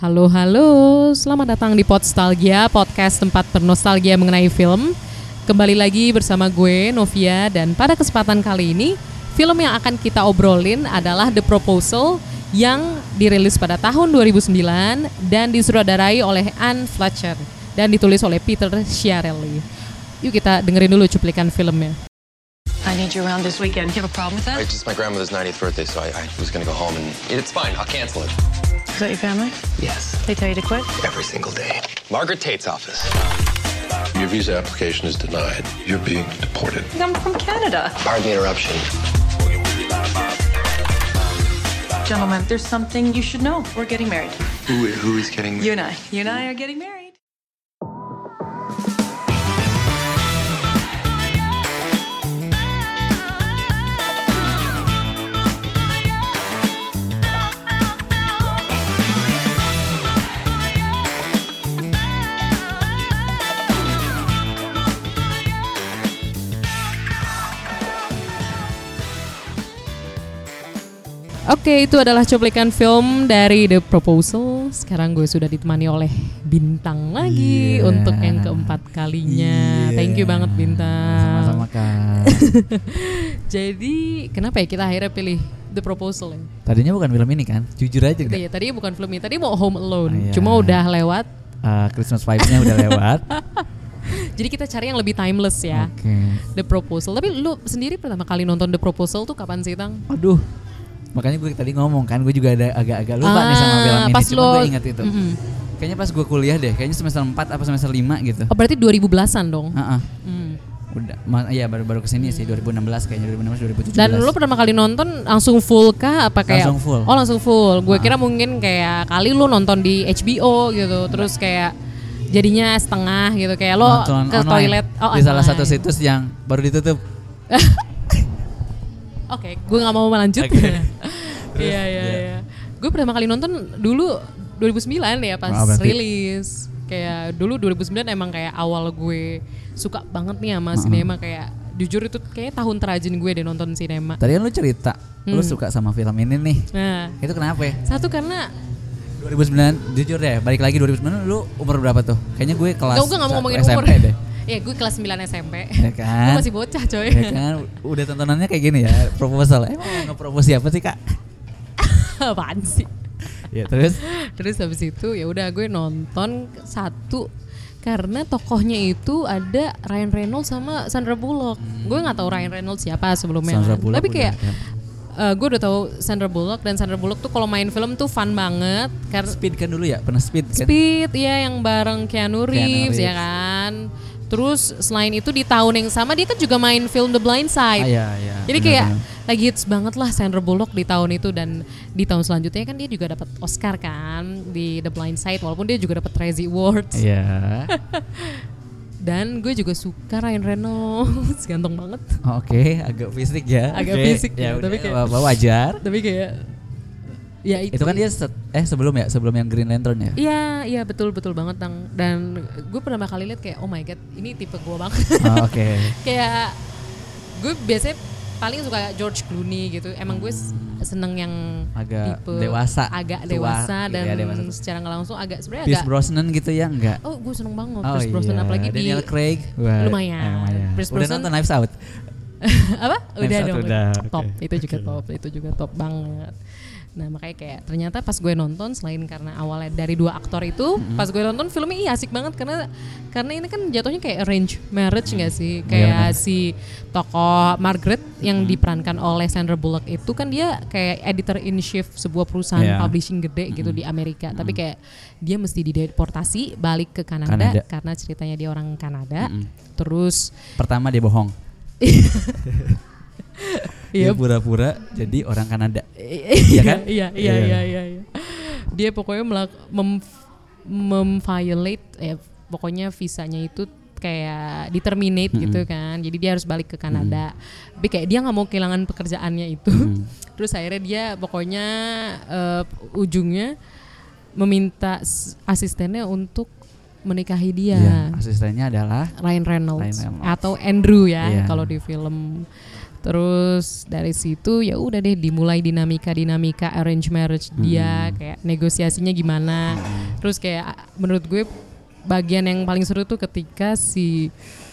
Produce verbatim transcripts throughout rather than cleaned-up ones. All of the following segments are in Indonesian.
Halo halo, selamat datang di Podstalgia, podcast tempat bernostalgia mengenai film. Kembali lagi bersama gue, Novia, dan pada kesempatan kali ini, film yang akan kita obrolin adalah The Proposal yang dirilis pada tahun dua ribu sembilan dan disutradarai oleh Anne Fletcher dan ditulis oleh Peter Chiarelli. Yuk kita dengerin dulu cuplikan filmnya. I need you around this weekend. You have a problem with that? It's just my grandmother's ninetieth birthday, so I, I was going to go home and it's fine. I'll cancel it. Is that your family? Yes. They tell you to quit? Every single day. Margaret Tate's office. Your visa application is denied. You're being deported. I'm from Canada. Pardon the interruption. Gentlemen, there's something you should know. We're getting married. Who, who is getting... You and I. You and I are getting married. Oke, itu adalah cuplikan film dari The Proposal. Sekarang gue sudah ditemani oleh Bintang lagi yeah. untuk yang keempat kalinya. Yeah. Thank you banget Bintang. Sama-sama Kak. Jadi kenapa ya kita akhirnya pilih The Proposal ya? Tadinya bukan film ini kan? Jujur aja gak? Iya, tadinya bukan film ini. Tadi mau Home Alone. Oh, iya. Cuma udah lewat. Uh, Christmas vibes-nya udah lewat. Jadi kita cari yang lebih timeless ya. Okay. The Proposal. Tapi lu sendiri pertama kali nonton The Proposal tuh kapan sih, Tang? Aduh. Makanya gue tadi ngomong kan, gue juga ada agak-agak lupa ah, nih sama film ini. Pas Cuma lo, gue ingat itu. Mm-hmm. Kayaknya pas gue kuliah deh, kayaknya semester empat apa semester lima gitu. Oh berarti dua ribu belasan dong? Heeh. Uh-uh. Mm. Udah, ma- iya baru-baru kesini sih, dua ribu enam belas kayaknya, dua ribu enam belas dua ribu tujuh belas. Dan lo pertama kali nonton langsung full kah? Apa kayak? Langsung full. Oh langsung full. Gue uh-uh. kira mungkin kayak kali lo nonton di H B O gitu, terus kayak jadinya setengah gitu, kayak lo nonton ke online. toilet. Oh, di online. Salah satu situs yang baru ditutup. Oke, okay, gue nggak mau melanjut. Okay. Iya iya iya. Gue pertama kali nonton dulu dua ribu sembilan ya pas oh, rilis. Kayak dulu dua ribu sembilan emang kayak awal gue suka banget nih sama uh-huh. sinema, kayak jujur itu kayak tahun terajin gue deh nonton sinema. Tadi kan lu cerita hmm. lu suka sama film ini nih. Nah, itu kenapa ya? Satu karena dua ribu sembilan jujur deh, balik lagi dua ribu sembilan lu umur berapa tuh? Kayaknya gue kelas Gak, gue gak mau ngomongin S M P umur deh. Iya, gue kelas sembilan S M P. Ya kan? Gue masih bocah coy. Ya kan? Udah tontonannya kayak gini ya, Proposal. Emang nge-propose siapa sih, Kak? Apaan sih? Ya terus? Terus habis itu ya udah gue nonton satu karena tokohnya itu ada Ryan Reynolds sama Sandra Bullock. Hmm. Gue nggak tahu Ryan Reynolds siapa sebelumnya. Sandra kan. Bullock Tapi kayak udah, ya. uh, gue udah tahu Sandra Bullock, dan Sandra Bullock tuh kalau main film tuh fun banget. Karena Speed kan dulu ya, pernah Speed kan? Speed ya, yang bareng Keanu Reeves, Keanu Reeves ya kan. Terus selain itu di tahun yang sama dia kan juga main film The Blind Side. Ah, iya, iya. Jadi bener, kayak bener. lagi hits banget lah Sandra Bullock di tahun itu, dan di tahun selanjutnya kan dia juga dapat Oscar kan di The Blind Side, walaupun dia juga dapat Razzie Awards. Iya. Dan gue juga suka Ryan Reynolds, ganteng banget. Oh, Oke, okay. agak fisik ya. Agak okay. fisik ya, ya, tapi kayak wajar. Tapi kayak ya itu. Itu kan dia set, eh sebelum ya, sebelum yang Green Lantern ya? Iya, iya betul betul banget Tang. Dan gue pertama kali lihat kayak oh my god, ini tipe gue banget. Oh, Oke. Okay. Kayak gue biasanya paling suka George Clooney gitu. Emang gue seneng yang agak tipe dewasa, agak tua, dewasa dan ya, dewasa. secara nggak langsung agak sebenarnya Pierce agak. Brosnan gitu ya enggak? Oh, gue seneng banget Oh, Pierce Brosnan, iya. apalagi Daniel di Craig. Wah, lumayan. Eh, lumayan. Pierce Udah Brosnan nonton Knives Out? Apa? Udah Knives dong. Out udah. Top, Okay. itu juga Okay. top, itu juga top banget. Nah makanya kayak ternyata pas gue nonton, selain karena awalnya dari dua aktor itu, mm-hmm. pas gue nonton filmnya iya asik banget karena karena ini kan jatuhnya kayak arrange marriage nggak sih, kayak yeah, si tokoh Margaret yang mm-hmm. diperankan oleh Sandra Bullock itu kan dia kayak editor in chief sebuah perusahaan yeah. publishing gede mm-hmm. gitu di Amerika, mm-hmm. tapi kayak dia mesti dideportasi balik ke Kanada, Kanada. karena ceritanya dia orang Kanada, mm-hmm. terus pertama dia bohong. Dia pura-pura jadi orang Kanada. Iya kan? Iya, iya, iya, iya, iya. Dia pokoknya melak- mem- mem-violate ya, pokoknya visanya itu kayak di-terminate mm-hmm. gitu kan. Jadi dia harus balik ke Kanada. Mm-hmm. Tapi kayak dia enggak mau kehilangan pekerjaannya itu. Mm-hmm. Terus akhirnya dia pokoknya uh, ujungnya meminta asistennya untuk menikahi dia. Ya, asistennya adalah Ryan Reynolds, Ryan Reynolds atau Andrew ya yeah. kalau di film. Terus dari situ ya udah deh dimulai dinamika-dinamika arrange marriage dia, kayak negosiasinya gimana. Terus kayak menurut gue bagian yang paling seru tuh ketika si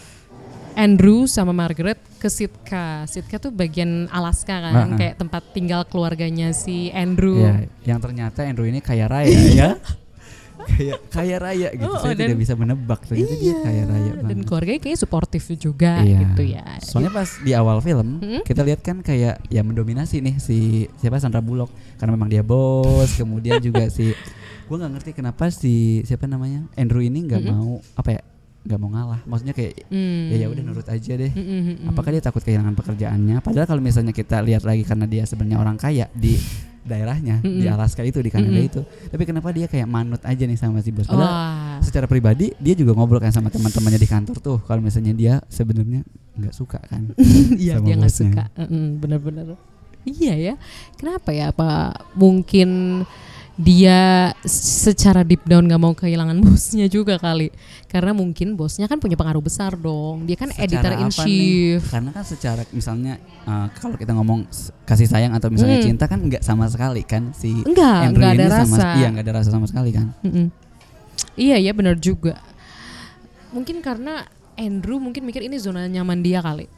Andrew sama Margaret ke Sitka. Sitka tuh bagian Alaska kan, Uh-huh. kayak tempat tinggal keluarganya si Andrew. Ya, yang ternyata Andrew ini kaya raya ya. Kayak kaya raya gitu. Oh, Saya dan- tidak bisa menebak ternyata dia kaya raya Dan banget. keluarganya kayaknya suportif juga Iya. gitu ya. Soalnya pas di awal film Hmm? kita lihat kan kayak ya mendominasi nih si siapa Sandra Bullock karena memang dia bos. Kemudian juga si gue nggak ngerti kenapa si siapa namanya Andrew ini nggak Mm-mm. mau apa ya nggak mau ngalah. Maksudnya kayak Hmm. ya ya udah nurut aja deh. Mm, mm, mm, Apakah dia takut kehilangan pekerjaannya? Padahal kalau misalnya kita lihat lagi karena dia sebenarnya orang kaya di daerahnya Mm-mm. di Alaska itu di Kanada Mm-mm. itu. Tapi kenapa dia kayak manut aja nih sama si bos? Padahal Wah. secara pribadi dia juga ngobrol kan sama teman-temannya di kantor tuh kalau misalnya dia sebenarnya nggak suka kan. Iya sama dia nggak bosnya. suka. Mm-mm, bener-bener. Iya ya. Kenapa ya? Apa mungkin dia secara deep down nggak mau kehilangan bosnya juga kali? Karena mungkin bosnya kan punya pengaruh besar dong. Dia kan Secara editor in apa nih? chief. Karena kan secara misalnya uh, kalau kita ngomong s- kasih sayang atau misalnya Hmm. cinta kan nggak sama sekali kan si Enggak, Andrew enggak ada ini sama rasa. iya nggak ada rasa sama sekali kan. Mm-mm. Iya ya benar juga. Mungkin karena Andrew mungkin mikir ini zona nyaman dia kali.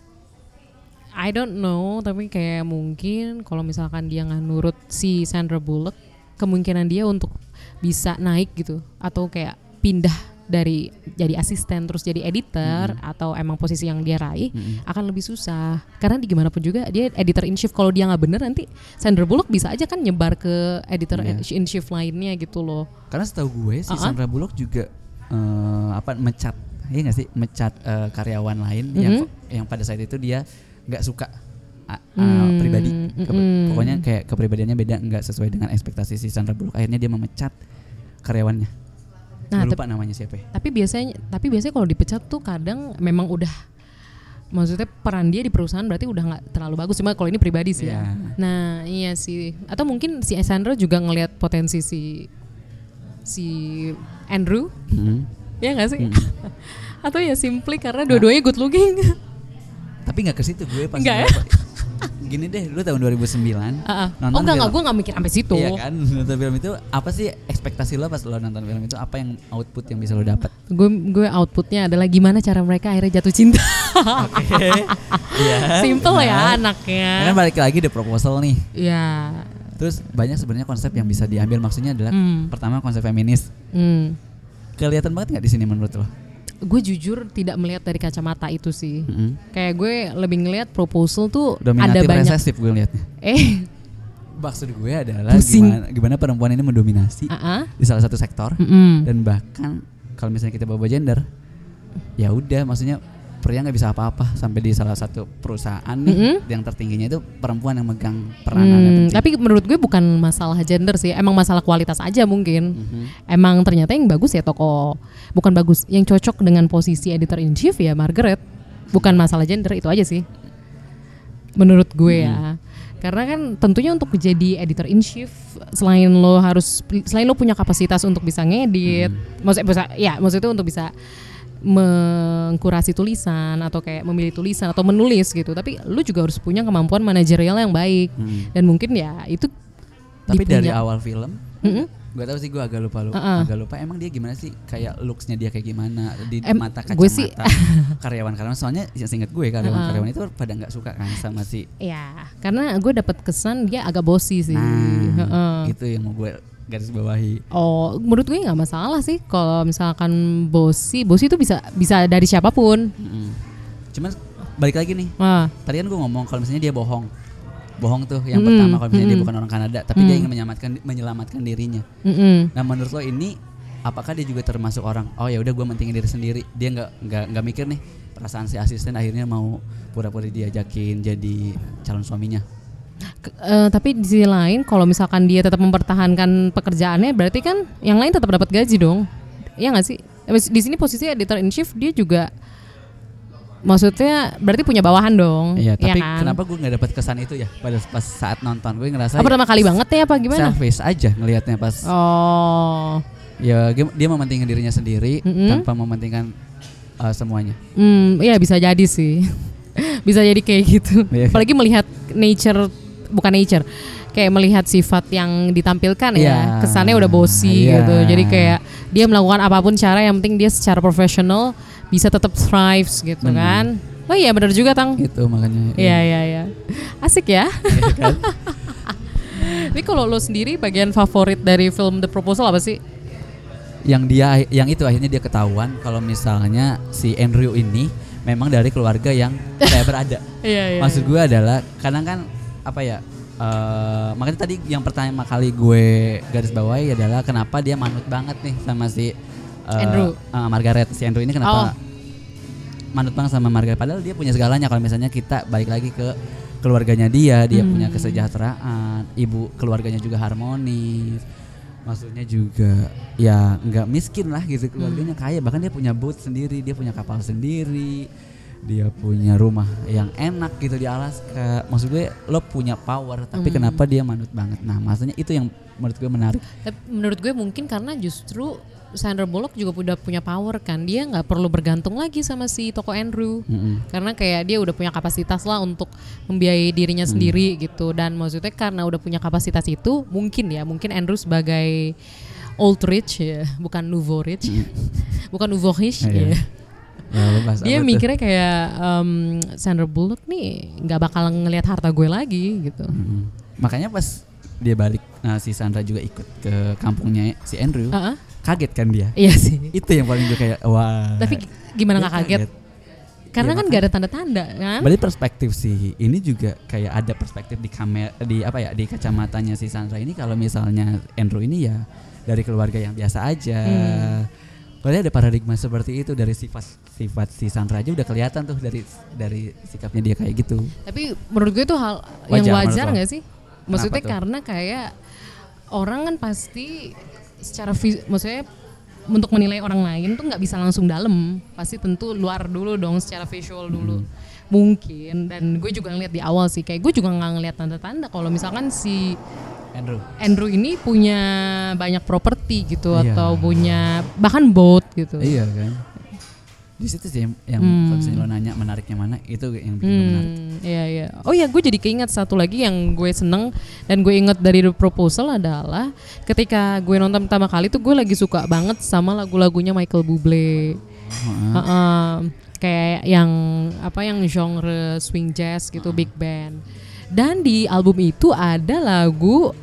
I don't know, tapi kayak mungkin kalau misalkan dia nggak nurut si Sandra Bullock, kemungkinan dia untuk bisa naik gitu atau kayak pindah dari jadi asisten terus jadi editor atau emang posisi yang dia raih Mm-mm. akan lebih susah karena di gimana pun juga dia editor in chief. Kalau dia nggak bener nanti Sandra Bullock bisa aja kan nyebar ke editor Iya. in chief lainnya gitu loh. Karena setahu gue si Uh-uh. Sandra Bullock juga eh, apa mecat, iya nggak sih mecat eh, karyawan lain yang Mhm. yang pada saat itu dia nggak suka a- a- Hmm, pribadi. Ke- mm-mm. Pokoknya kayak kepribadiannya beda, nggak sesuai dengan ekspektasi si Sandra Bullock. Akhirnya dia memecat karyawannya. Nah, Gue lupa namanya siapa. Ya. Tapi biasanya tapi biasanya kalau dipecat tuh kadang memang udah maksudnya peran dia di perusahaan berarti udah nggak terlalu bagus. Cuma kalau ini pribadi sih ya. Iya. Nah iya sih. Atau mungkin si Sandra juga ngelihat potensi si si Andrew, Mhm. ya nggak sih? Hmm. Atau ya simply karena dua-duanya good looking. Tapi nggak ke situ gue pas Nggak ya? berapa- Gini deh, lu tahun dua ribu sembilan Ah, ah. nonton Oh enggak enggak, film- gue nggak mikir sampai situ. Iya kan, nonton film itu apa sih ekspektasi lo pas lo nonton film itu, apa yang output yang bisa lo dapat? Gue gue outputnya adalah gimana cara mereka akhirnya jatuh cinta. Oke. Iya. Simple ya benar. anaknya. Ya kan balik lagi The Proposal nih. Ya. Terus banyak sebenarnya konsep yang bisa diambil, maksudnya adalah Hmm. pertama konsep feminis. Hmm. Kelihatan banget nggak di sini menurut lo? Gue jujur tidak melihat dari kacamata itu sih. Mm-mm. Kayak gue lebih ngelihat proposal tuh ada Dominatif banyak. resesif gue liatnya. Eh, Maksud gue adalah Pusing. gimana, gimana perempuan ini mendominasi ah, di salah satu sektor, mm-mm. dan bahkan kalau misalnya kita bawa gender, ya udah, maksudnya pria nggak bisa apa-apa sampai di salah satu perusahaan nih Mm-mm. yang tertingginya itu perempuan yang megang peranan yang Hmm, penting. tapi menurut gue bukan masalah gender sih, emang masalah kualitas aja mungkin. Mhm. Emang ternyata yang bagus ya toko, bukan bagus, yang cocok dengan posisi editor in chief ya Margaret. Bukan masalah gender, itu aja sih. Menurut gue ya. Karena kan tentunya untuk menjadi editor in chief, selain lo harus selain lo punya kapasitas untuk bisa ngedit, maksudnya bisa, ya maksudnya untuk bisa mengkurasi tulisan atau kayak memilih tulisan atau menulis gitu, tapi lu juga harus punya kemampuan manajerial yang baik. Hmm. Dan mungkin ya itu Tapi dari dipunya- awal film, Mm-mm. gue tahu sih, gue agak lupa lu, Uh-uh. agak lupa. Emang dia gimana sih, kayak looksnya dia kayak gimana di Em, mata gue sih- kacamata karyawan-karyawan. Soalnya yang seingat gue Uh-uh. karyawan-karyawan itu pada nggak suka kan sama si. ya karena gue dapat kesan dia agak bosi sih. Nah, Heeh. itu yang mau gue garis bawahi. Oh, menurut gue nggak masalah sih kalau misalkan bosi, bosi itu bisa bisa dari siapapun. Mm-mm. Cuman balik lagi nih, Wah, tadi kan gue ngomong kalau misalnya dia bohong, bohong tuh yang Mm-mm. pertama kalau misalnya dia Mm-mm. bukan orang Kanada, tapi dia Mm. ingin menyelamatkan menyelamatkan dirinya. mm-mm. Nah menurut lo ini, apakah dia juga termasuk orang, oh ya udah gue mentingin diri sendiri, dia nggak nggak nggak mikir nih perasaan si asisten akhirnya mau pura-pura diajakin jadi calon suaminya. Ke- eh, tapi di sisi lain kalau misalkan dia tetap mempertahankan pekerjaannya, berarti kan yang lain tetap dapat gaji dong. Iya nggak sih? Di sini posisi editor in chief dia juga, maksudnya berarti punya bawahan dong. Iya, ya tapi kan? kenapa gue nggak dapat kesan itu ya pada pas saat nonton, gue ngerasa Oh, pertama kali banget ya apa gimana? selfish aja ngelihatnya pas. Oh, Ya dia dia mementingkan dirinya sendiri Mm-mm. tanpa mementingkan uh, semuanya. hmm, iya bisa jadi sih. bisa jadi kayak gitu. Iya. Apalagi melihat nature, bukan nature, kayak melihat sifat yang ditampilkan ya, Iya. kesannya udah bossy Iya. gitu. Jadi kayak dia melakukan apapun cara, yang penting dia secara profesional bisa tetap thrives gitu Bener. kan. Oh iya benar juga Tang. Gitu makanya. Iya iya iya. Asik ya. Iya kan? Tapi kalau lo sendiri bagian favorit dari film The Proposal apa sih? Yang dia yang itu akhirnya dia ketahuan kalau misalnya si Andrew ini memang dari keluarga yang kayak berada. Iya iya. Maksud gue adalah kadang kan apa ya? Uh, makanya tadi yang pertama kali gue garis bawahi adalah kenapa dia manut banget nih sama si uh, Andrew. uh, Margaret. Si Andrew ini kenapa Oh. manut banget sama Margaret, padahal dia punya segalanya. Kalau misalnya kita balik lagi ke keluarganya dia, dia Hmm. punya kesejahteraan, ibu keluarganya juga harmonis, maksudnya juga ya nggak miskin lah gitu, keluarganya kaya, bahkan dia punya boat sendiri, dia punya kapal sendiri, dia punya rumah yang enak gitu di Alaska. Maksud gue lo punya power, tapi Hmm. kenapa dia manut banget? Nah maksudnya itu yang menurut gue menarik. Tapi menurut gue mungkin karena justru Sandra Bullock juga udah punya power kan, dia nggak perlu bergantung lagi sama si toko Andrew. Mm-mm. Karena kayak dia udah punya kapasitas lah untuk membiayai dirinya sendiri gitu. Dan maksudnya karena udah punya kapasitas itu, mungkin ya, mungkin Andrew sebagai old rich ya, bukan nouveau rich, bukan nouveau riche Iya. ya. Ya, lo bahas Dia apa tuh? mikirnya kayak um, Sandra Bullock nih nggak bakal ngelihat harta gue lagi gitu. Mm-mm. Makanya pas dia balik, nah si Sandra juga ikut ke kampungnya si Andrew. Uh-uh. Kaget kan dia? Iya sih. Itu yang paling gue kayak wah. Tapi gimana Dia nggak kaget? Karena Iya, kan nggak ada tanda-tanda kan? Berarti perspektif sih ini juga kayak ada perspektif di kamera, di apa ya, di kacamatanya si Sandra ini. Kalau misalnya Andrew ini ya dari keluarga yang biasa aja. Hmm. Berarti ada paradigma seperti itu dari sifat-sifat si Sandra aja udah kelihatan tuh dari dari sikapnya dia kayak gitu. Tapi menurut gue itu hal yang Wajar, wajar menurut lo? nggak sih? Maksudnya tuh? karena kayak orang kan pasti secara vis- maksudnya untuk menilai orang lain tuh nggak bisa langsung dalam, pasti tentu luar dulu dong, secara visual dulu. Mungkin, dan gue juga ngeliat di awal sih, kayak gue juga nggak ngeliat tanda-tanda kalau misalkan si Andrew. Andrew ini punya banyak properti gitu, Iya. atau punya bahkan boat gitu. Iya kan. Di situ sih yang, yang Hmm. kalau misalnya lo nanya menariknya mana, itu yang bikin gue menarik. Hmm, iya iya. Oh ya, gue jadi keinget satu lagi yang gue seneng dan gue inget dari The Proposal adalah ketika gue nonton pertama kali tuh gue lagi suka banget sama lagu-lagunya Michael Bublé. Heeh. Heeh. Kayak yang apa yang genre swing jazz gitu, big band. Dan di album itu ada lagu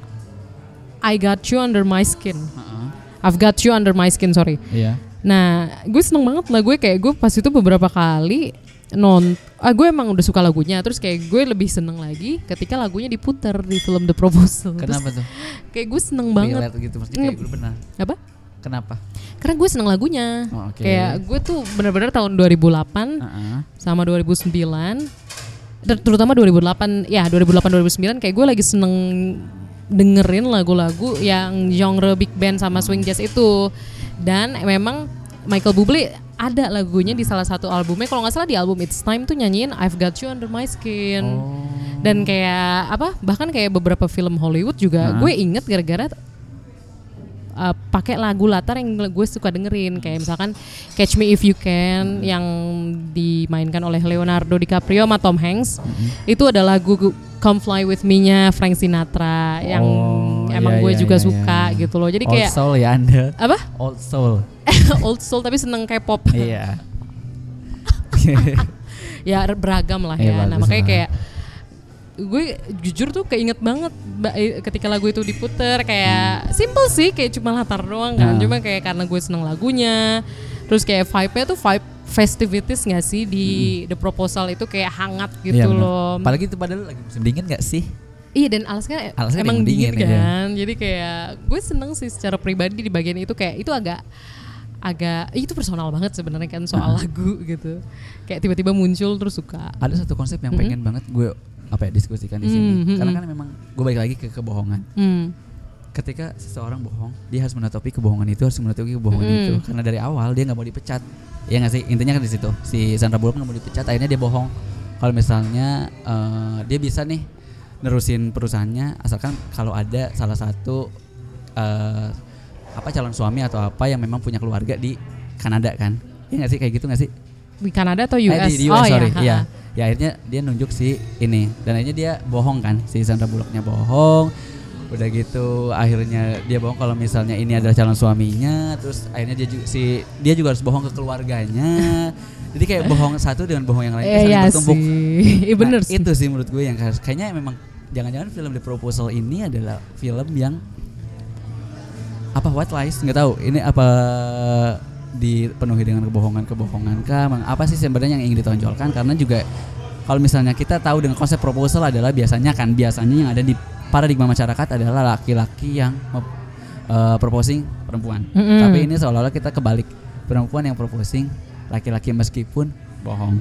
I Got You Under My Skin. Heeh. I've Got You Under My Skin, sorry. Iya. Nah, gue seneng banget lah, gue kayak gue pas itu beberapa kali non, ah gue emang udah suka lagunya, terus kayak gue lebih seneng lagi ketika lagunya diputar di film The Proposal. Kenapa Terus tuh? kayak gue seneng banget. Relate gitu, mesti kayak gue benar. Apa? Kenapa? Karena gue seneng lagunya. Oh, oke. Kayak gue tuh benar-benar tahun dua ribu delapan Heeh. sama dua ribu sembilan, ter- terutama dua ribu delapan, ya dua ribu delapan dua ribu sembilan kayak gue lagi seneng dengerin lagu-lagu yang genre big band sama swing jazz itu. Dan memang Michael Bublé ada lagunya di salah satu albumnya, kalau nggak salah di album It's Time tuh nyanyiin I've Got You Under My Skin. Oh. Dan kayak apa, bahkan kayak beberapa film Hollywood juga Nah. gue inget gara-gara uh, pakai lagu latar yang gue suka dengerin, kayak misalkan Catch Me If You Can yang dimainkan oleh Leonardo DiCaprio sama Tom Hanks. Itu ada lagu Come Fly With Me-nya Frank Sinatra yang Oh, emang iya, gue iya, juga iya, suka iya. gitu loh. Jadi Old kayak soul ya Anda. apa? Old soul. Old soul tapi seneng K-pop. Iya. Ya beragam lah Iya, ya. Nah bagus makanya lah. kayak gue jujur tuh keinget banget ba- eh, ketika lagu itu diputer, kayak simple sih, kayak cuma latar doang kan. Nah. Cuma kayak karena gue seneng lagunya, terus kayak vibe-nya tuh vibe festivities gak sih di The Proposal itu, kayak hangat gitu Iya, bener. loh. Apalagi itu padahal lagi musim dingin gak sih? Iya, dan Alaska, Alaska emang emang dingin, dingin, iya. kan. Jadi kayak gue seneng sih secara pribadi di bagian itu, kayak itu agak agak itu personal banget sebenarnya kan soal lagu gitu. Kayak tiba-tiba muncul terus suka. Ada satu konsep yang Mhm. pengen banget gue apa ya diskusikan di sini. Mhm. Karena kan memang gue balik lagi ke kebohongan. Hmm. Ketika seseorang bohong, dia harus menutupi kebohongan itu, harus menutupi kebohongan Mm. itu. Karena dari awal dia nggak mau dipecat. Iya nggak sih? Intinya kan di situ. Si Sandra Bullock nggak mau dipecat, akhirnya dia bohong. Kalau misalnya eh, dia bisa nih nerusin perusahaannya, asalkan kalau ada salah satu eh, apa calon suami atau apa yang memang punya keluarga di Kanada kan? Iya nggak sih, kayak gitu nggak sih? di Kanada atau U S? Eh, di, di U S oh sorry, ya. iya. Ya akhirnya dia nunjuk si ini dan akhirnya dia bohong kan, si Sandra Bullocknya bohong. Udah gitu akhirnya dia bohong kalau misalnya ini adalah calon suaminya, terus akhirnya dia juga si dia juga harus bohong ke keluarganya. Jadi kayak bohong satu dengan bohong yang lain Eh, saling iya bertumpuk. sih. Bener Nah, sih. itu sih menurut gue yang harus kayaknya memang jangan-jangan film The Proposal ini adalah film yang apa white lies nggak tahu ini apa dipenuhi dengan kebohongan-kebohongan kah? Apa sih sebenarnya yang ingin ditonjolkan? Karena juga kalau misalnya kita tahu dengan konsep proposal adalah biasanya kan biasanya yang ada di paradigma masyarakat adalah laki-laki yang uh, proposing perempuan. Mm-hmm. Tapi ini seolah-olah kita kebalik, perempuan yang proposing laki-laki meskipun bohong.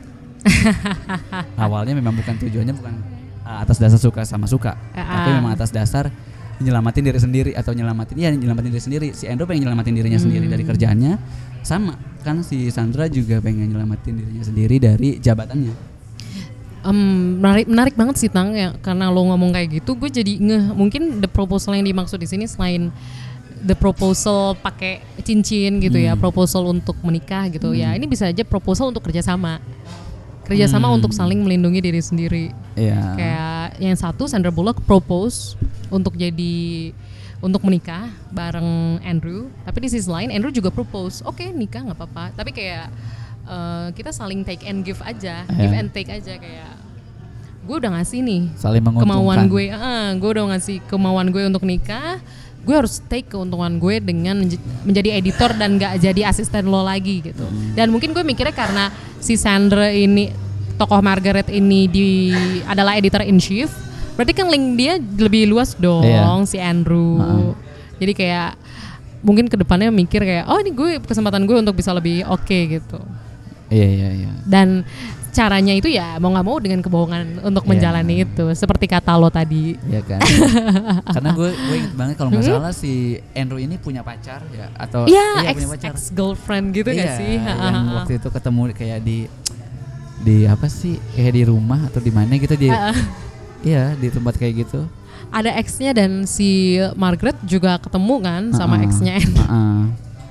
Awalnya memang bukan tujuannya bukan uh, atas dasar suka sama suka, uh-uh. tapi memang atas dasar nyelamatin diri sendiri atau nyelamatin ya nyelamatin diri sendiri. Si Andrew pengen nyelamatin dirinya hmm. sendiri dari kerjaannya, sama kan si Sandra juga pengen nyelamatin dirinya sendiri dari jabatannya. Um, menarik menarik banget sih Tang ya, karena lo ngomong kayak gitu gue jadi ngeh mungkin the proposal yang dimaksud di sini selain the proposal pakai cincin gitu hmm. ya, proposal untuk menikah gitu hmm. ya, ini bisa aja proposal untuk kerjasama kerjasama hmm. untuk saling melindungi diri sendiri. Yeah. Kayak yang satu Sandra Bullock propose untuk jadi untuk menikah bareng Andrew, tapi di sisi lain Andrew juga propose, oke okay, nikah nggak apa-apa, tapi kayak uh, kita saling take and give aja, yeah. give and take aja, kayak gue udah ngasih nih saling menguntungkan. Kemauan gue, uh, gue udah ngasih kemauan gue untuk nikah, gue harus take keuntungan gue dengan menj- menjadi editor dan nggak jadi asisten lo lagi gitu. Hmm. Dan mungkin gue mikirnya karena si Sandra ini, tokoh Margaret ini di adalah editor in chief, berarti kan link dia lebih luas dong, yeah. si Andrew. Uh-uh. Jadi kayak mungkin kedepannya mikir kayak, oh ini gue kesempatan gue untuk bisa lebih oke okay, gitu. Iya yeah, iya yeah, iya. Yeah. Dan caranya itu ya mau nggak mau dengan kebohongan untuk yeah. menjalani itu, seperti kata lo tadi. Iya kan. Karena gue gue inget banget kalau nggak salah si Andrew ini punya pacar ya atau yeah, iya ex, punya pacar. ex girlfriend gitu nggak yeah, sih? Yang waktu itu ketemu kayak di di apa sih kayak di rumah atau di mana gitu di. Uh. Iya di tempat kayak gitu. Ada ex-nya dan si Margaret juga ketemu kan uh-uh. sama ex-nya Andrew. Uh-uh.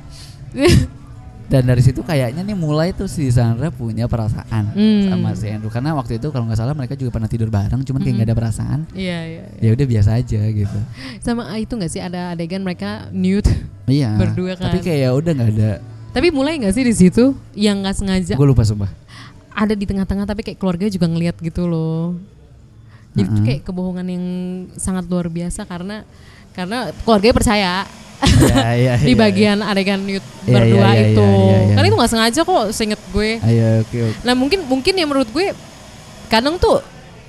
Dan dari situ kayaknya nih mulai tuh si Sandra punya perasaan hmm. sama si Andrew, karena waktu itu kalau nggak salah mereka juga pernah tidur bareng, cuman kayak nggak mm-hmm. ada perasaan. Iya iya. Ya udah biasa aja gitu. Sama itu nggak sih ada adegan mereka nude iya, berdua kan. Tapi kayak ya udah nggak ada. Tapi mulai nggak sih di situ yang nggak sengaja? Gue lupa sumpah. Ada di tengah-tengah tapi kayak keluarga juga ngelihat gitu loh. Jadi uh-huh. itu kayak kebohongan yang sangat luar biasa karena karena keluarganya percaya. ya, ya, di ya, bagian ya. adegan nude ya, berdua ya, ya, itu, ya, ya, ya. karena itu nggak sengaja kok, seinget gue. Ayo, okay, okay. Nah mungkin mungkin ya menurut gue kadang tuh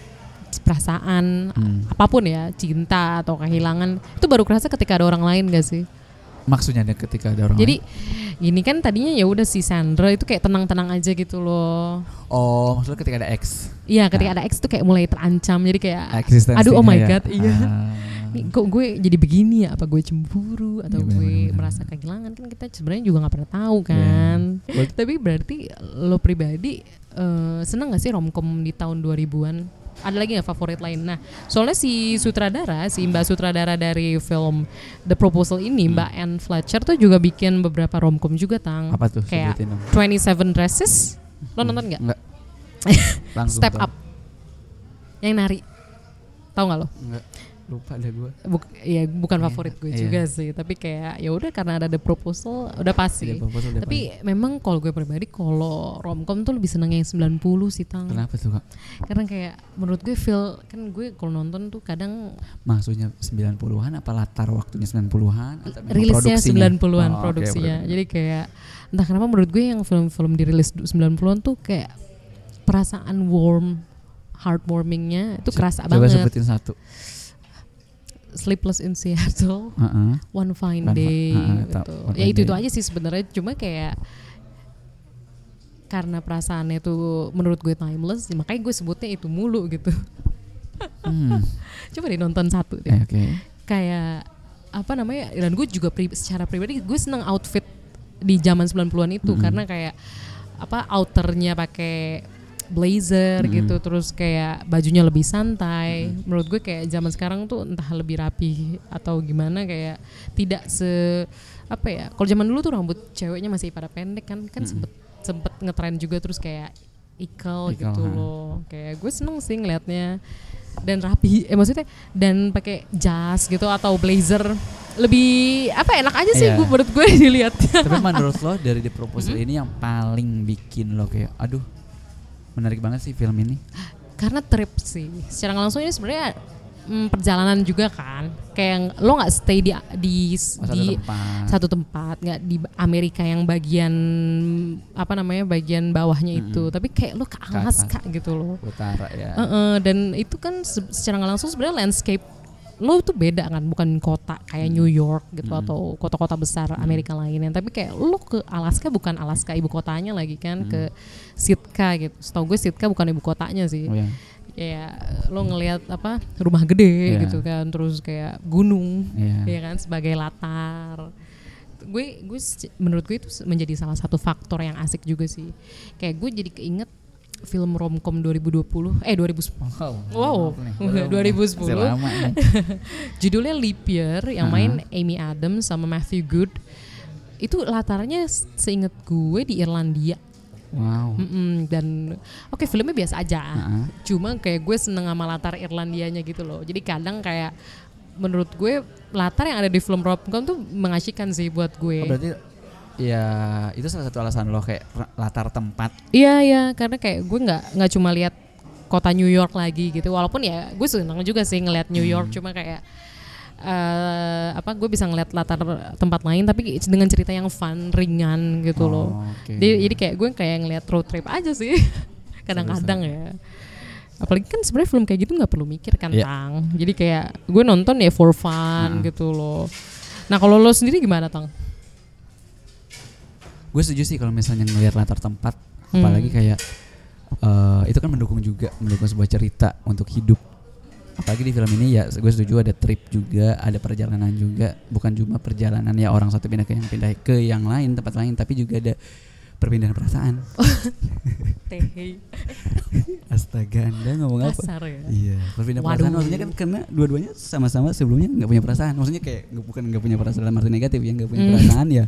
perasaan hmm. apapun ya, cinta atau kehilangan itu baru kerasa ketika ada orang lain gak sih? Maksudnya ketika ada orang Jadi lain? ini kan tadinya ya udah si Sandra itu kayak tenang-tenang aja gitu loh. Oh maksudnya ketika ada X? Iya ketika nah. ada X tuh kayak mulai terancam, jadi kayak aduh oh my ya? god iya. Ah. Nih, kok gue jadi begini ya, apa gue cemburu atau ya, gue bener, bener, merasa bener. kehilangan, kan kita sebenarnya juga nggak pernah tahu kan. Yeah. Tapi berarti lo pribadi uh, seneng nggak sih romcom di tahun dua ribuan? Ada lagi nggak favorit lain? Nah soalnya si sutradara, si mbak sutradara dari film The Proposal ini, hmm. Mbak Anne Fletcher tuh juga bikin beberapa romcom juga Tang. Apa tuh? Kayak twenty-seven Dresses. Lo nonton nggak? Enggak. Step Up. Yang nari. Tahu nggak lo? Enggak. Lupa deh gue. Buk, ya bukan yeah, favorit gue yeah. juga sih, tapi kayak ya udah karena ada The Proposal udah pasti. Proposal udah tapi pasti. Memang kalau gue pribadi kalau romcom tuh lebih seneng yang sembilan puluh sih Tang. Kenapa tuh Kak? Karena kayak menurut gue feel kan gue kalau nonton tuh kadang maksudnya sembilan puluhan apa latar waktunya sembilan puluhan atau rilisnya sembilan puluhan oh, produksinya. Okay, jadi kayak entah kenapa menurut gue yang film-film dirilis sembilan puluhan tuh kayak perasaan warm, heartwarmingnya itu kerasa coba banget. Coba sebutin satu. Sleepless in Seattle, uh-uh. One Fine One Day, uh-uh, gitu. ta- Ya itu itu aja sih sebenarnya. Cuma kayak karena perasaannya tuh menurut gue timeless, makanya gue sebutnya itu mulu gitu. Hmm. Coba deh nonton satu deh. Eh, okay. Kayak apa namanya? Dan gue juga pri- secara pribadi gue seneng outfit di zaman sembilan puluhan itu mm-hmm. karena kayak apa outernya pakai blazer mm-hmm. gitu, terus kayak bajunya lebih santai. Mm-hmm. Menurut gue kayak zaman sekarang tuh entah lebih rapi atau gimana, kayak tidak se apa ya, kalau zaman dulu tuh rambut ceweknya masih pada pendek kan kan mm-hmm. sempet sempet ngetrend juga terus kayak Ikel Ikel, gitu ha. loh. Kayak gue seneng sih ngelihatnya dan rapi. Eh maksudnya dan pakai jas gitu atau blazer lebih apa enak aja sih Iya. gue menurut gue dilihatnya. Tapi menurut lo dari The Proposal ini yang paling bikin lo kayak aduh menarik banget sih film ini? Karena trip sih. Secara nggak langsung ini sebenarnya mm, perjalanan juga kan. Kayak lo nggak stay di di Oh, satu di tempat. satu tempat, nggak di Amerika yang bagian apa namanya bagian bawahnya itu, Mm-mm. tapi kayak lo ke Ke Alaska atas. gitu loh. Utara ya. Uh-uh, dan itu kan se- secara nggak langsung sebenarnya landscape lo tuh beda kan, bukan kota kayak New York gitu Hmm. atau kota-kota besar Amerika lainnya, tapi kayak lo ke Alaska bukan Alaska ibu kotanya lagi kan, Hmm. ke Sitka gitu. Setahu gue Sitka bukan ibu kotanya sih. Oh, ya. Kayak lo ngelihat apa rumah gede Iya. gitu kan, terus kayak gunung, Iya. ya kan sebagai latar. Gue gue se- menurut gue itu menjadi salah satu faktor yang asik juga sih. Kayak gue jadi keinget film romcom dua ribu dua puluh eh dua ribu sepuluh. Wow. Wow, dua ribu sepuluh. Masih lama nih. Judulnya Leap Year yang Uh-huh. main Amy Adams sama Matthew Good. Itu latarnya seinget gue di Irlandia. Wow. Mm-mm, dan oke filmnya biasa aja, Uh-huh. cuma kayak gue seneng sama latar Irlandianya gitu loh. Jadi kadang kayak menurut gue latar yang ada di film romcom tuh mengasyikan sih buat gue. Oh, berarti ya itu salah satu alasan lo kayak ra- latar tempat. Iya iya, karena kayak gue nggak nggak cuma lihat kota New York lagi gitu. Walaupun ya gue seneng juga sih ngeliat New York, cuma kayak eh apa gue bisa ngeliat latar tempat lain tapi dengan cerita yang fun, ringan gitu Oh, loh. oke. Jadi, jadi kayak gue kayak ngeliat road trip aja sih. Kadang-kadang ya. Apalagi kan sebenarnya film kayak gitu nggak perlu mikir kan, Iya. Tang. Jadi kayak gue nonton ya for fun Ah. gitu loh. Nah kalau lo sendiri gimana, Tang? Gue setuju sih kalau misalnya ngelihat latar tempat, Hmm. apalagi kayak eh, itu kan mendukung juga, mendukung sebuah cerita untuk hidup. Apalagi di film ini ya gue setuju ada trip juga, ada perjalanan juga, bukan cuma perjalanan ya orang satu pindah ke yang pindah ke yang lain, tempat lain, tapi juga ada perpindahan perasaan. Teh. Astaga, Anda ngomong apa? Kasar ya. Iya, perpindahan Waduh. perasaan maksudnya kan karena dua-duanya sama-sama sebelumnya nggak punya perasaan. Maksudnya kayak nggak- bukan nggak punya perasaan dalam arti negatif ya, nggak punya Hmm. perasaan ya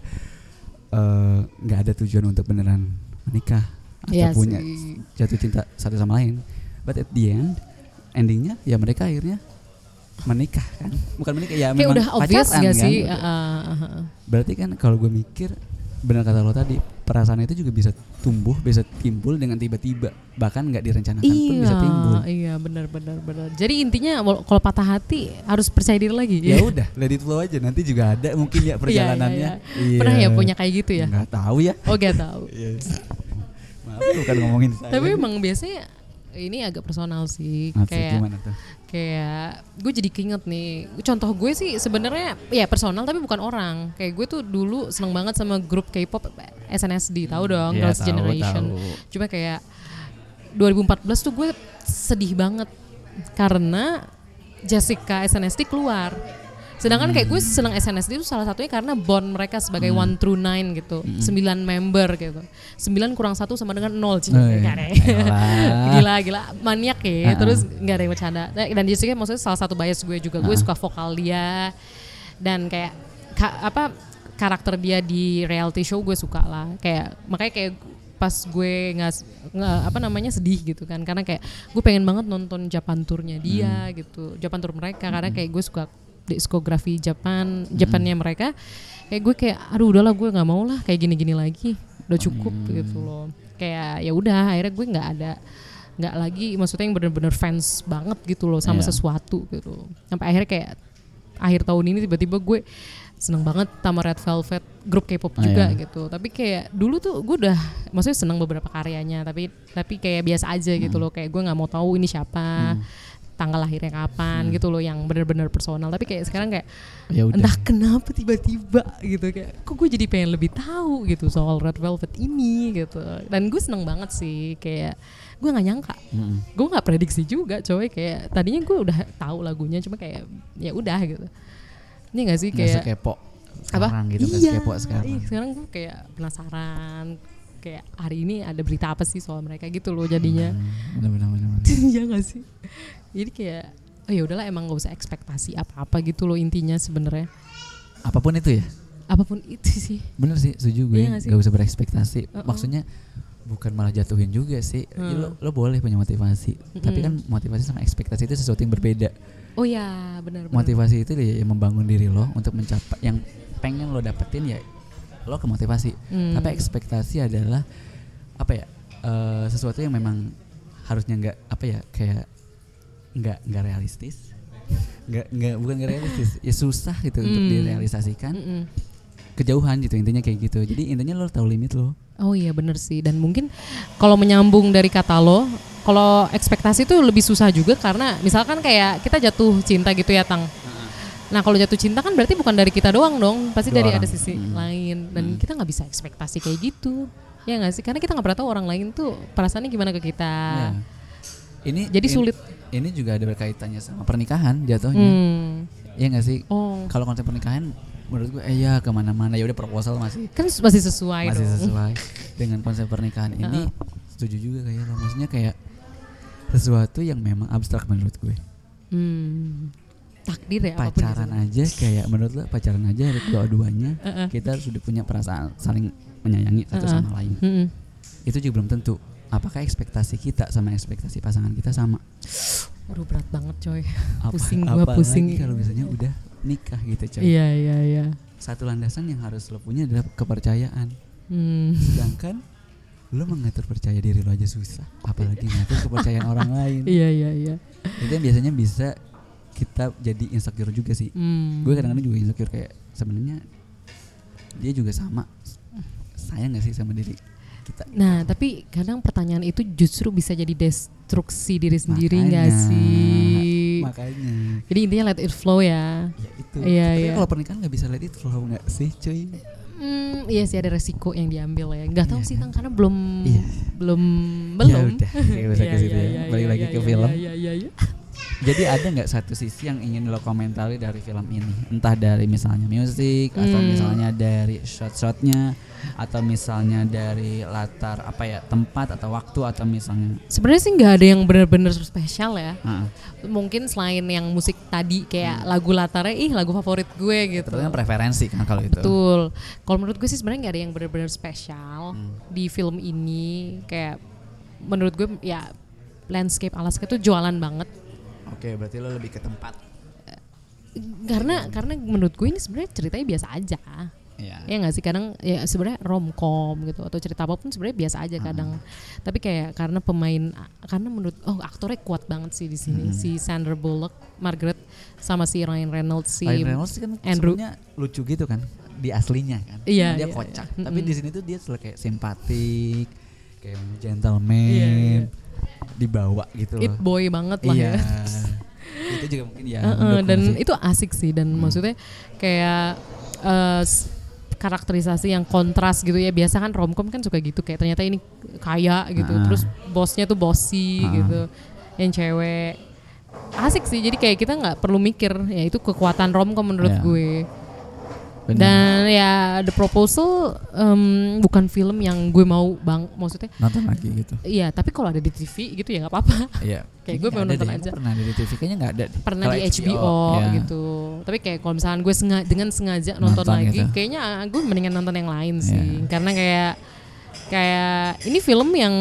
eh, nggak ada tujuan untuk beneran menikah atau Iya punya sih. jatuh cinta satu sama lain. But at the end, endingnya ya mereka akhirnya menikah kan, bukan menikah ya Kayak memang udah obvious pacaran gak kan. sih? Uh, uh, uh, uh. Berarti kan kalau gue mikir benar kata lo tadi, perasaan itu juga bisa tumbuh, bisa timbul dengan tiba-tiba, bahkan nggak direncanakan pun bisa timbul. Iya, iya benar benar benar. Jadi intinya wal- kalau patah hati harus percaya diri lagi. Ya udah, let it flow aja. Nanti juga ada mungkin ya perjalanannya. Iya, iya, iya. Pernah ya punya kayak gitu ya? Nggak tahu ya. Oh gak tahu. Maaf, bukan ngomongin saya. Tapi emang biasanya ini agak personal sih. Maaf, kayak gimana tuh? kayak gue jadi keinget nih. Contoh gue sih sebenarnya ya personal tapi bukan orang. Kayak gue tuh dulu seneng banget sama grup K-pop S N S D, tahu dong, Iya, Girls' tahu, Generation. tahu. Cuma kayak dua ribu empat belas tuh gue sedih banget karena Jessica S N S D keluar. Sedangkan kayak gue seneng S N S D itu salah satunya karena bond mereka sebagai one through nine gitu, sembilan member gitu. Sembilan kurang satu sama dengan nol sih. Oh, iya. Nggak ada. Elah. Gila gila maniak ya. Ah, Terus nggak ada yang bercanda. Dan Jessica maksudnya salah satu bias gue juga. Gue Ah. suka vokal dia dan kayak ka- apa karakter dia di reality show gue suka lah. Kayak makanya kayak pas gue nggak nggak apa namanya sedih gitu kan karena kayak gue pengen banget nonton Japan tournya dia Hmm. gitu, Japan tour mereka karena kayak gue suka diskografi Japan Japannya mereka. Kayak gue kayak aduh udahlah gue nggak mau lah kayak gini-gini lagi, udah cukup Hmm. gitu loh. Kayak ya udah akhirnya gue nggak ada nggak lagi maksudnya yang bener-bener fans banget gitu loh sama Iya. sesuatu gitu. Sampai akhirnya kayak akhir tahun ini tiba-tiba gue seneng banget sama Red Velvet, grup K-pop Oh, juga iya. gitu. Tapi kayak dulu tuh gue udah maksudnya seneng beberapa karyanya, tapi tapi kayak biasa aja gitu Hmm. loh. Kayak gue nggak mau tahu ini siapa, tanggal lahirnya kapan gitu loh, yang bener-bener personal. Tapi kayak sekarang kayak Ya udah. entah kenapa tiba-tiba gitu kayak kok gue jadi pengen lebih tahu gitu soal Red Velvet ini gitu. Dan gue seneng banget sih, kayak gue nggak nyangka, Mm-mm. gue nggak prediksi juga coy, kayak tadinya gue udah tahu lagunya cuma kayak ya udah gitu. Ini nggak sih Nggak kayak sekepo apa? sekarang gitu, nggak Iya, sekepo sekarang. iya, sekarang gue kayak penasaran kayak hari ini ada berita apa sih soal mereka gitu loh jadinya. Benar-benar. Iya nggak sih? Jadi kayak oh ya udahlah emang nggak usah ekspektasi apa-apa gitu loh intinya sebenarnya. Apapun itu ya. apapun itu sih. Bener sih, setuju gue. Iya gak sih? Gak usah berekspektasi. Uh-uh. Maksudnya bukan malah jatuhin juga sih. Hmm. Ya, lo, lo boleh punya motivasi, Mm-mm. tapi kan motivasi sama ekspektasi itu sesuatu yang berbeda. Oh ya, benar-benar. Motivasi itu ya yang membangun diri lo untuk mencapai yang pengen lo dapetin, ya lo ke motivasi. Hmm. Tapi ekspektasi adalah apa ya? Uh, sesuatu yang memang harusnya nggak apa ya kayak nggak nggak realistis, nggak nggak bukan nggak realistis, ya susah gitu Hmm. untuk direalisasikan. Mm-mm. Kejauhan gitu intinya kayak gitu. Jadi intinya lo tahu limit lo. Oh iya bener sih, dan mungkin kalau menyambung dari kata lo, kalau ekspektasi itu lebih susah juga karena misalkan kayak kita jatuh cinta gitu ya Tang. Nah kalau jatuh cinta kan berarti bukan dari kita doang dong, pasti Dua dari orang. ada sisi Hmm. lain, dan Hmm. kita nggak bisa ekspektasi kayak gitu, ya nggak sih? Karena kita nggak pernah tahu orang lain tuh perasaannya gimana ke kita. Ya. Ini Jadi in- sulit. Ini juga ada berkaitannya sama pernikahan jatuhnya. Hmm. Iya nggak sih? Oh, Kalau konsep pernikahan menurut gue, eh ya kemana-mana ya udah proposal masih kan masih sesuai masih dong. sesuai dengan konsep pernikahan ini. Uh-uh. Setuju juga kayak lo, maksudnya kayak sesuatu yang memang abstrak menurut gue. Hmm. Takdir ya. apapun Pacaran itu. aja kayak menurut lo pacaran aja harus dua-duanya Uh-uh. kita harus sudah punya perasaan saling menyayangi satu Uh-uh. sama lain. Mm-mm. Itu juga belum tentu. Apakah ekspektasi kita sama ekspektasi pasangan kita sama? Aduh berat banget coy. Apa, Pusing gua, apalagi pusing. kalau misalnya udah nikah gitu coy. Iya iya iya. Satu landasan yang harus lo punya adalah kepercayaan. Hmm. Sedangkan lo mengatur percaya diri lo aja susah, apalagi ngatur kepercayaan orang lain. Iya iya iya. Itu yang biasanya bisa kita jadi insecure juga sih. Hmm. Gue kadang-kadang juga insecure kayak sebenarnya dia juga sama sayang gak sih sama diri kita. Nah, tapi kadang pertanyaan itu justru bisa jadi destruksi diri sendiri nggak Makanya, sih? Makanya. Jadi intinya let it flow ya. Ya itu. Iya, Tapi iya. kalau pernikahan nggak bisa let it flow nggak sih, cuy? Hmm, iya sih ada resiko yang diambil ya. Nggak tahu Iya sih kan? Tang karena belum Iya. belum Ya belum. udah, kayak bisa ke situ ya. Balik lagi ke film. Iya iya iya. Jadi ada nggak satu sisi yang ingin lo komentari dari film ini? Entah dari misalnya musik, atau Hmm. misalnya dari shot-shotnya, atau misalnya dari latar apa ya tempat atau waktu, atau misalnya. Sebenarnya sih nggak ada yang benar-benar spesial ya. Uh, Mungkin selain yang musik tadi kayak lagu latarnya, ih lagu favorit gue gitu. Itu kan preferensi kan kalau itu. Betul. Kalau menurut gue sih sebenarnya nggak ada yang benar-benar spesial Hmm. di film ini. Kayak menurut gue ya landscape Alaska tuh jualan banget. Oke, berarti lo lebih ke tempat. Karena karena menurut gue ini sebenarnya ceritanya biasa aja. Iya. Ya nggak sih, kadang ya sebenarnya romcom gitu atau cerita apapun sebenarnya biasa aja kadang. Tapi kayak karena pemain karena menurut oh aktornya kuat banget sih di sini. Hmm. Si Sandra Bullock, Margaret sama si Ryan Reynolds, si Ryan Reynolds kan Andrew. sebenarnya lucu gitu kan di aslinya kan. Iya, Dia iya, kocak. iya. Tapi Mm-mm. di sini tuh dia selalu kayak simpatik, kayak gentleman, Iya, iya. dibawa gitu It loh. boy banget lah Iya. ya. Itu juga mungkin ya. Heeh, mendukung dan sih. itu asik sih, dan maksudnya kayak eh, s- karakterisasi yang kontras gitu ya. Biasa kan romcom kan suka gitu, kayak ternyata ini kaya gitu, Ah. terus bosnya tuh bossy Ah. gitu, yang cewek. Asik sih, jadi kayak kita nggak perlu mikir, ya itu kekuatan romcom menurut Ya. gue. Benar. Dan ya The Proposal em, bukan film yang gue mau bang, maksudnya nonton lagi gitu. iya, tapi kalau ada di T V gitu ya nggak apa-apa. Iya. Kayak gue pengen nonton aja. Pernah ada di T V, kayaknya nggak ada. deh. Pernah Kalau di H B O ya. gitu. Tapi kayak kalau misalkan gue sengaja dengan sengaja nonton, Nonton lagi, gitu. kayaknya ah, gue mendingan nonton yang lain sih. Iya. Karena kayak kayak ini film yang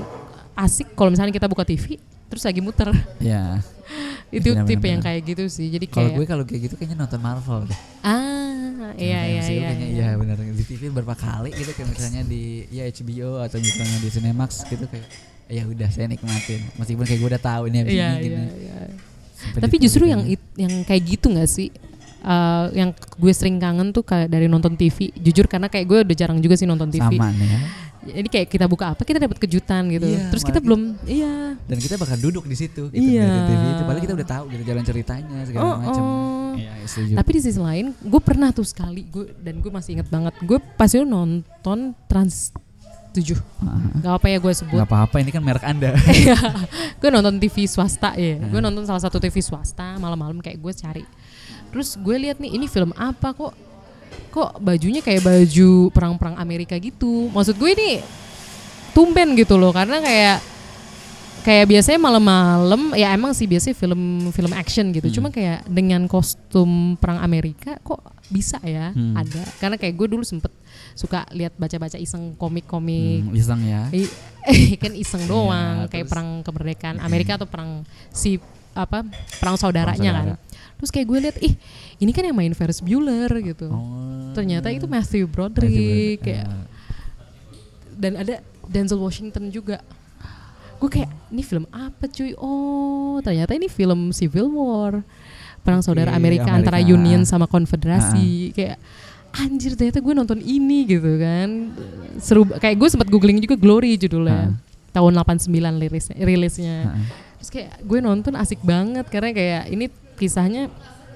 asik kalau misalnya kita buka T V terus lagi muter. Iya. Itu Benar, tipe benar, yang benar. kayak gitu sih. Jadi Kalau kayak gue kalau kayak gitu kayaknya nonton Marvel deh. ah iya Film iya M C U iya. kayaknya iya. iya benar, di T V berapa kali gitu, kayak misalnya di ya H B O atau misalnya di Cinemax gitu, kayak ya udah saya nikmatin meskipun kayak gue udah tahu ini habis Iya ini gini. iya iya. Sampai Tapi detail justru yang detailnya. it- yang kayak gitu nggak sih? Eh, yang gue sering kangen tuh kayak dari nonton T V. Jujur karena kayak gue udah jarang juga sih nonton T V. sama nih ya. Jadi kayak kita buka apa kita dapat kejutan gitu. Iya, Terus kita malah belum iya. Dan kita bakal duduk di situ gitu, Iya. ngeliatin T V itu, padahal kita udah tahu gitu jalan ceritanya segala Oh, macam. oh. Iya, setuju. Tapi di sisi lain, gue pernah tuh sekali gue dan gue masih inget banget. Gue pas itu nonton Trans tujuh. Gak apa ya gue sebut. Gak apa-apa, ini kan merek Anda. Gue nonton T V swasta ya. Gue nonton salah satu T V swasta malam-malam kayak gue cari. Terus gue lihat nih ini film apa kok kok bajunya kayak baju perang-perang Amerika gitu. Maksud gue ini tumben gitu loh, karena kayak kayak biasanya malam-malam ya emang sih biasanya film film action gitu. Hmm. Cuma kayak dengan kostum perang Amerika kok bisa ya hmm. ada. Karena kayak gue dulu sempet suka lihat baca-baca iseng komik-komik. Hmm, iseng ya. I, kan iseng doang ya, kayak terus, perang kemerdekaan Amerika atau perang si apa perang saudaranya perang saudara. Kan. Terus kayak gue lihat ih ini kan yang main Ferris Bueller gitu. Oh. Ternyata itu Matthew Broderick kayak uh. dan ada Denzel Washington juga. Gue kayak ini film apa cuy? Oh ternyata ini film Civil War, perang okay, saudara Amerika, Amerika antara Union sama Konfederasi. Uh-huh. Kayak anjir ternyata gue nonton ini gitu kan. Seru kayak gue sempat googling juga Glory judulnya. Uh-huh. Tahun delapan puluh sembilan rilisnya. rilisnya. Uh-huh. Terus kayak gue nonton asik banget karena kayak ini kisahnya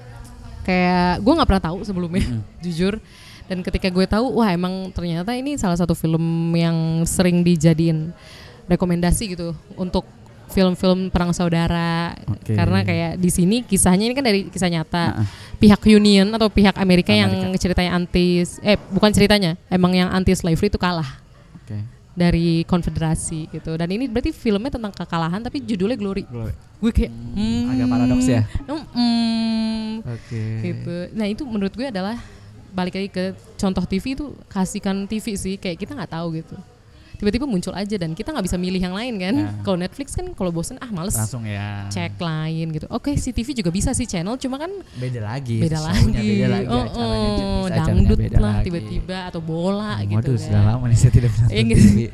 kayak gue nggak pernah tahu sebelumnya uh-huh. jujur. Dan ketika gue tahu wah emang ternyata ini salah satu film yang sering dijadiin rekomendasi gitu untuk film-film perang saudara okay. Karena kayak di sini kisahnya ini kan dari kisah nyata uh-uh. pihak Union atau pihak Amerika, Amerika yang ceritanya anti eh bukan ceritanya emang yang anti slavery itu kalah okay. dari Konfederasi gitu dan ini berarti filmnya tentang kekalahan tapi judulnya Glory, Glory. Gue kayak hmm, hmm, agak paradoks ya hmm, okay. gitu. Nah itu menurut gue adalah balik lagi ke contoh T V itu kasihkan T V sih kayak kita nggak tahu gitu tiba-tiba muncul aja dan kita nggak bisa milih yang lain kan. Ya. Kalau Netflix kan kalau bosen ah males langsung ya cek lain gitu. Oke si T V juga bisa sih channel cuma kan beda lagi beda lagi, beda lagi oh, oh, dangdut lah lagi. Tiba-tiba atau bola oh, gitu waduh, kan. Sudah lama nih saya tidak pernah nonton T V.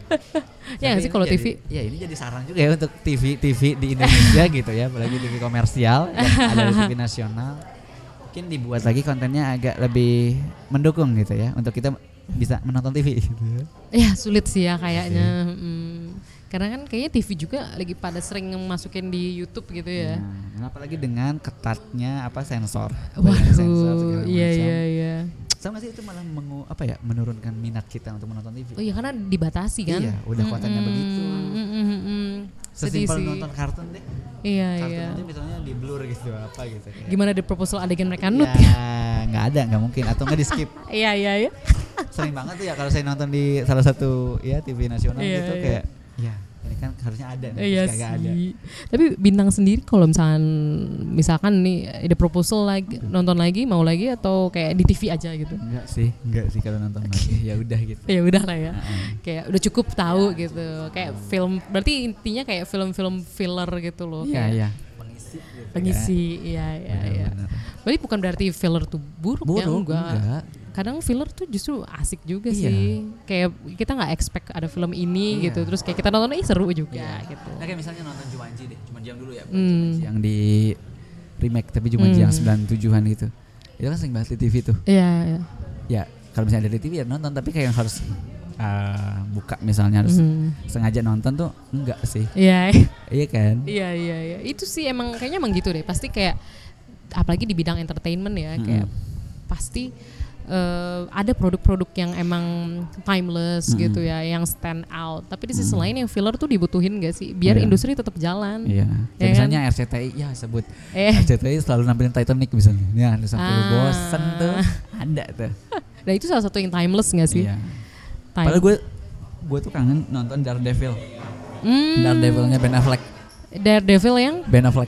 Ya nggak sih kalau T V? Ya ini jadi saran juga ya untuk T V T V di Indonesia gitu ya, apalagi T V komersial yang ada di T V nasional. Mungkin dibuat lagi kontennya agak lebih mendukung gitu ya untuk kita bisa menonton T V gitu ya. Ya sulit sih ya kayaknya hmm. Karena kan kayaknya T V juga lagi pada sering masukin di YouTube gitu ya hmm. Apalagi dengan ketatnya apa sensor. Waduh iya iya iya. Sama sih itu malah mengu, apa ya menurunkan minat kita untuk menonton T V. Oh iya karena dibatasi kan. Iya udah kuotanya hmm, begitu hmm, hmm, hmm. Sesimpel nonton kartun deh. Iya kartun iya. Kartun aja misalnya di blur gitu apa gitu kayak. Gimana di proposal adegan mereka nut ya? Nggak ada nggak mungkin atau nggak di skip. Iya iya iya. Sering banget tuh ya kalau saya nonton di salah satu ya T V nasional iya, gitu iya. Kayak ya ini kan harusnya ada nih iya kagak ada. Tapi Bintang sendiri kalau misalkan misalkan nih ada proposal lagi nonton lagi mau lagi atau kayak di T V aja gitu? Enggak sih, enggak sih kalau nonton lagi ya udah gitu. Ya udah lah ya. Uh-uh. Kayak udah cukup tahu ya, gitu. Kayak uh. film berarti intinya kayak film-film filler gitu loh. Iya kayak iya. Pengisi gitu. Pengisi, iya iya iya. Berarti bukan berarti filler tuh buruk, buruk ya enggak. enggak. Kadang filler tuh justru asik juga iya. sih. Kayak kita nggak expect ada film ini iya. gitu. Terus kayak kita nonton, ih seru juga iya. gitu. Nah kayak misalnya nonton Jumanji deh. Jumanji yang dulu ya. Hmm. Jumanji yang di remake tapi Jumanji hmm. yang sembilan puluh tujuhan gitu. Itu kan sering banget di T V tuh. Iya. iya. Ya kalau misalnya ada di T V ya nonton. Tapi kayak yang harus uh, buka misalnya harus hmm. sengaja nonton tuh enggak sih. Iya. Iya kan. Iya iya iya. Itu sih emang kayaknya emang gitu deh. Pasti kayak apalagi di bidang entertainment ya. Hmm. Kayak pasti Uh, ada produk-produk yang emang timeless mm-hmm. gitu ya, yang stand out. Tapi di sisi mm. lain yang filler tuh dibutuhin gak sih? Biar yeah. industri tetap jalan. Iya. Yeah. Ya misalnya kan? R C T I ya sebut. Eh. R C T I selalu nampilin Titanic misalnya. Ya sampai ah. bosen tuh. Ada tuh. Nah itu salah satu yang timeless gak sih? Iya. Yeah. Padahal gue gue tuh kangen nonton Daredevil. Mm. Daredevilnya Ben Affleck. Daredevil yang? Ben Affleck.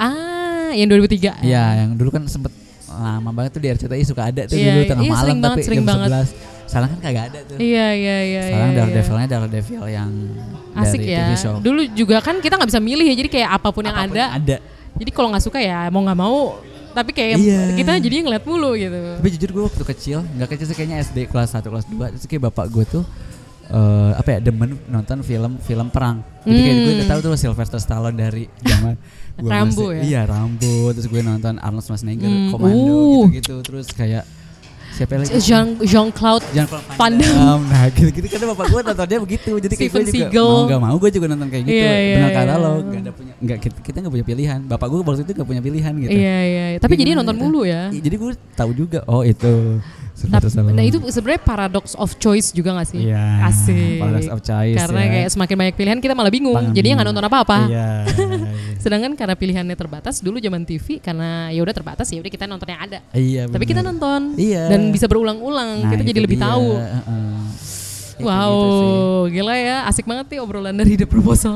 Ah, yang dua ribu tiga. Iya, yang dulu kan sempet lama banget tuh di R C T I suka ada tuh yeah, dulu tengah iya, malam tapi banget, jam sebelas. Sekarang kan kagak ada tuh. Iya iya iya. Sekarang iya, Daredevilnya Daredevil yang asik dari ya. T V show. Dulu juga kan kita nggak bisa milih ya, jadi kayak apapun, apapun yang ada. ada. Jadi kalau nggak suka ya mau nggak mau. Tapi kayak iya. kita jadi ngeliat mulu gitu. Tapi jujur gue waktu kecil, nggak kecil sih kayaknya S D kelas satu kelas dua, terus kayak bapak gue tuh uh, apa ya demen nonton film film perang. Jadi kayak hmm. gue udah tahu tuh Sylvester Stallone dari zaman Rambo ya? Iya Rambo, terus gue nonton Arnold Schwarzenegger, hmm. Komando uh. gitu-gitu, terus kayak siapa lagi? Jean Jean Claude Van Damme. Nah gitu-gitu karena bapak gue nontonnya begitu, jadi kayak gue juga Seagal. mau nggak mau gue juga nonton kayak gitu. Yeah, Benar yeah, kata yeah. lo, nggak ada punya, nggak kita, kita nggak punya pilihan. Bapak gue waktu itu nggak punya pilihan gitu. Iya yeah, iya. Yeah. Tapi jadi nonton mulu ya. Jadi gue tahu juga, oh itu. Nah, nah itu sebenarnya paradox of choice juga gak sih? Iya. Asik. Paradox of choice. Karena ya. kayak semakin banyak pilihan kita malah bingung. Bang, jadinya nggak nonton apa-apa. Iya. Sedangkan karena pilihannya terbatas dulu zaman T V karena ya udah terbatas ya udah kita nonton yang ada. Iya. Tapi bener. kita nonton. Iya. Dan bisa berulang-ulang. Nah, kita jadi lebih dia. tahu. Uh-uh. Wow, gitu gila ya. Asik banget nih obrolan dari The Proposal.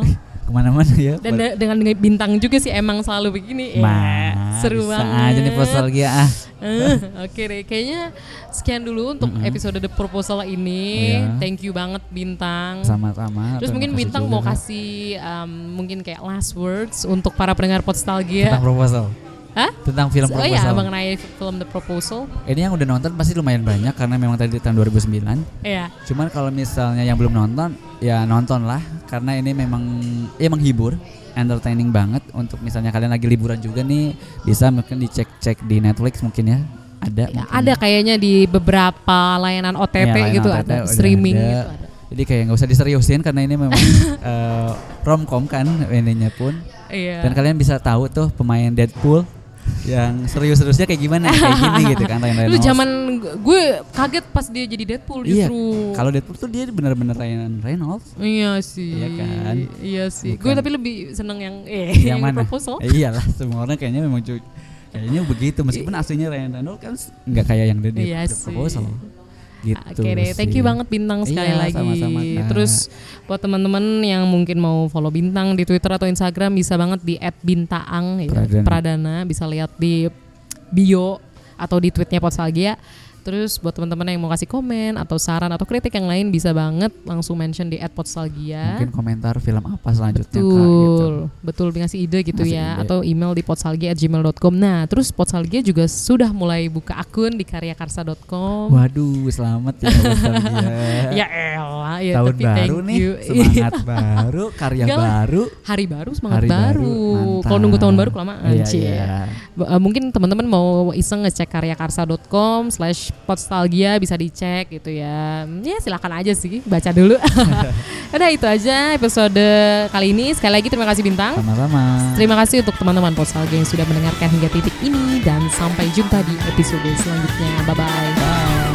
kemana-mana ya. Dan de- dengan bintang juga sih emang selalu begini. Nah, Ya, seru bisa banget. aja nih Nostalgia ah. Eh, Oke deh, kayaknya sekian dulu untuk Mm-mm. episode The Proposal ini. Iya. Thank you banget Bintang. Sama-sama. Terus Terima mungkin kasih Bintang juga. mau kasih um, mungkin kayak last words untuk para pendengar Podstalgia. tentang proposal. Hah? Tentang film Oh proposal. iya, mengenai film The Proposal. Ini yang udah nonton pasti lumayan banyak karena memang tadi tahun dua ribu sembilan. Iya. Cuman kalau misalnya yang belum nonton, ya nonton lah karena ini memang ya menghibur, entertaining banget. Untuk misalnya kalian lagi liburan juga nih, bisa mungkin dicek-cek di Netflix mungkin ya. Ada Ya, mungkin. ada kayaknya di beberapa layanan O T T Ya, layanan gitu O T T ada udah streaming ada. gitu ada. Jadi kayak nggak usah diseriusin karena ini memang eh, romcom kan ininya pun. Iya. Dan kalian bisa tahu tuh pemain Deadpool yang serius-seriusnya kayak gimana kayak gini gitu kan Ryan Lu Reynolds. zaman gue kaget pas dia jadi Deadpool Iya. justru. Kalau Deadpool tuh dia benar-benar Ryan Reynolds. Iya sih. Iya kan? Iya sih. Bukan. Gue tapi lebih seneng yang eh Yang mana? Proposal. Eh, iyalah semua orang kayaknya memang cu- kayaknya begitu meskipun aslinya Ryan Reynolds kan nggak kayak yang di Iya The sih. Proposal. Gitu. Oke deh, thank you sih. banget Bintang sekali Iya, lagi. sama-sama, Kak. Terus buat teman-teman yang mungkin mau follow Bintang di Twitter atau Instagram bisa banget di et bintaang ya, Pradana. Pradana, bisa lihat di bio atau di tweetnya Podstalgia. Terus buat teman-teman yang mau kasih komen atau saran atau kritik yang lain bisa banget langsung mention di et podstalgia. Mungkin komentar film apa selanjutnya Kak Betul, gitu. betul ngasih ide gitu Ngasih ya ide. atau email di podstalgia at gmail dot com. Nah, terus Podstalgia juga sudah mulai buka akun di karyakarsa dot com. Waduh, selamat ya Nostalgia. Ya elah, ya Tahun tapi baru thank nih, you. semangat baru, karya Enggak lah. baru. Hari baru semangat Hari baru. baru, Kalau nunggu tahun baru mantap. kelamaan. Iya, Cie. iya. B- uh, mungkin teman-teman mau iseng ngecek karyakarsa dot com slash podstalgia bisa dicek gitu ya. Ya silakan aja sih baca dulu. Udah itu aja episode kali ini. Sekali lagi terima kasih Bintang. Sama-sama. Terima kasih untuk teman-teman Podstalgia yang sudah mendengarkan hingga titik ini dan sampai jumpa di episode selanjutnya. Bye bye. Bye.